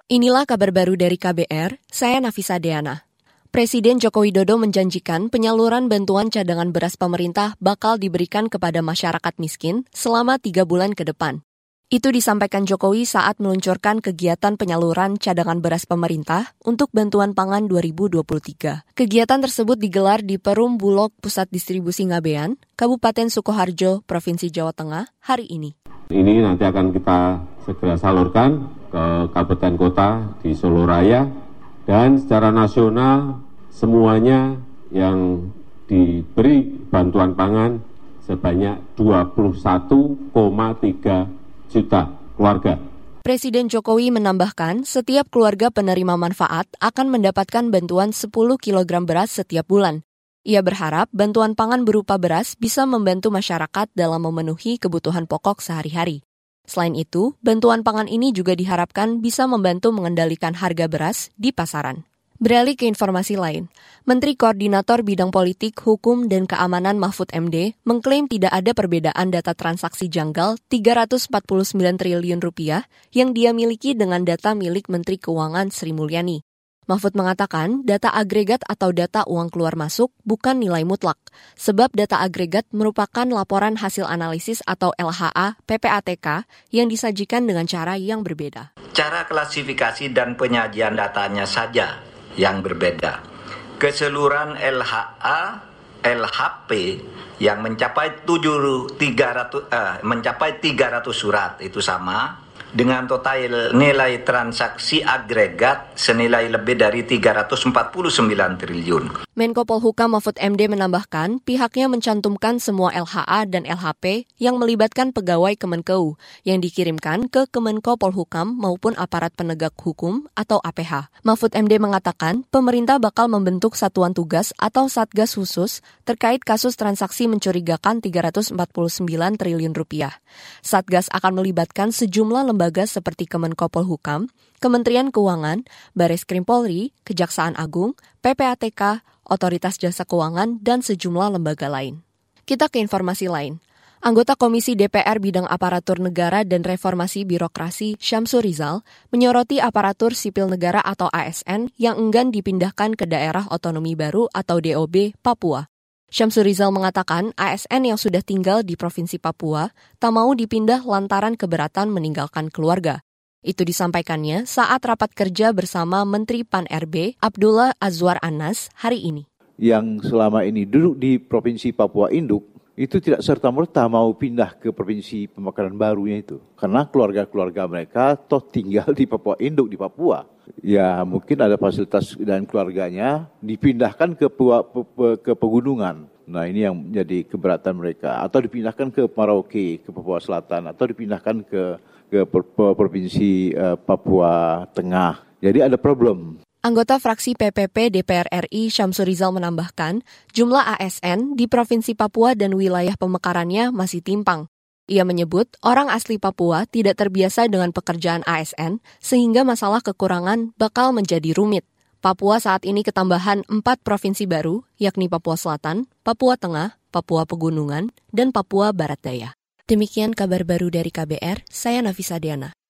Inilah kabar baru dari KBR, saya Nafisa Deana. Presiden Joko Widodo menjanjikan penyaluran bantuan cadangan beras pemerintah bakal diberikan kepada masyarakat miskin selama 3 bulan ke depan. Itu disampaikan Jokowi saat meluncurkan kegiatan penyaluran cadangan beras pemerintah untuk bantuan pangan 2023. Kegiatan tersebut digelar di Perum Bulog Pusat Distribusi Ngabean, Kabupaten Sukoharjo, Provinsi Jawa Tengah, hari ini. Ini nanti akan kita segera salurkan ke kabupaten kota di Solo Raya, dan secara nasional semuanya yang diberi bantuan pangan sebanyak 21,3 juta keluarga. Presiden Jokowi menambahkan setiap keluarga penerima manfaat akan mendapatkan bantuan 10 kg beras setiap bulan. Ia berharap bantuan pangan berupa beras bisa membantu masyarakat dalam memenuhi kebutuhan pokok sehari-hari. Selain itu, bantuan pangan ini juga diharapkan bisa membantu mengendalikan harga beras di pasaran. Beralih ke informasi lain, Menteri Koordinator Bidang Politik, Hukum, dan Keamanan Mahfud MD mengklaim tidak ada perbedaan data transaksi janggal 349 triliun rupiah yang dia miliki dengan data milik Menteri Keuangan Sri Mulyani. Mahfud mengatakan data agregat atau data uang keluar masuk bukan nilai mutlak, sebab data agregat merupakan laporan hasil analisis atau LHA PPATK yang disajikan dengan cara yang berbeda. Cara klasifikasi dan penyajian datanya saja yang berbeda. Keseluruhan LHA, LHP yang mencapai 300 surat itu sama, dengan total nilai transaksi agregat senilai lebih dari 349 triliun. Menko Polhukam Mahfud MD menambahkan pihaknya mencantumkan semua LHA dan LHP yang melibatkan pegawai Kemenkeu yang dikirimkan ke Kemenko Polhukam maupun aparat penegak hukum atau APH. Mahfud MD mengatakan pemerintah bakal membentuk satuan tugas atau satgas khusus terkait kasus transaksi mencurigakan 349 triliun rupiah. Satgas akan melibatkan sejumlah lembaga seperti Kemenko Polhukam, Kementerian Keuangan, Bareskrim Polri, Kejaksaan Agung, PPATK, Otoritas Jasa Keuangan, dan sejumlah lembaga lain. Kita ke informasi lain. Anggota Komisi DPR Bidang Aparatur Negara dan Reformasi Birokrasi Syamsur Rizal menyoroti aparatur sipil negara atau ASN yang enggan dipindahkan ke daerah otonomi baru atau DOB Papua. Syamsur Rizal mengatakan ASN yang sudah tinggal di Provinsi Papua tak mau dipindah lantaran keberatan meninggalkan keluarga. Itu disampaikannya saat rapat kerja bersama Menteri Pan-RB Abdullah Azwar Anas hari ini. Yang selama ini duduk di Provinsi Papua Induk itu tidak serta-merta mau pindah ke Provinsi Pemekaran barunya itu. Karena keluarga-keluarga mereka toh tinggal di Papua Induk, di Papua. Ya mungkin ada fasilitas dan keluarganya dipindahkan ke pegunungan. Nah ini yang menjadi keberatan mereka. Atau dipindahkan ke Merauke, ke Papua Selatan. Atau dipindahkan ke Provinsi Papua Tengah. Jadi ada problem. Anggota fraksi PPP DPR RI Syamsur Rizal menambahkan, jumlah ASN di Provinsi Papua dan wilayah pemekarannya masih timpang. Ia menyebut orang asli Papua tidak terbiasa dengan pekerjaan ASN sehingga masalah kekurangan bakal menjadi rumit. Papua saat ini ketambahan 4 provinsi baru, yakni Papua Selatan, Papua Tengah, Papua Pegunungan, dan Papua Barat Daya. Demikian kabar baru dari KBR, saya Nafisa Deana.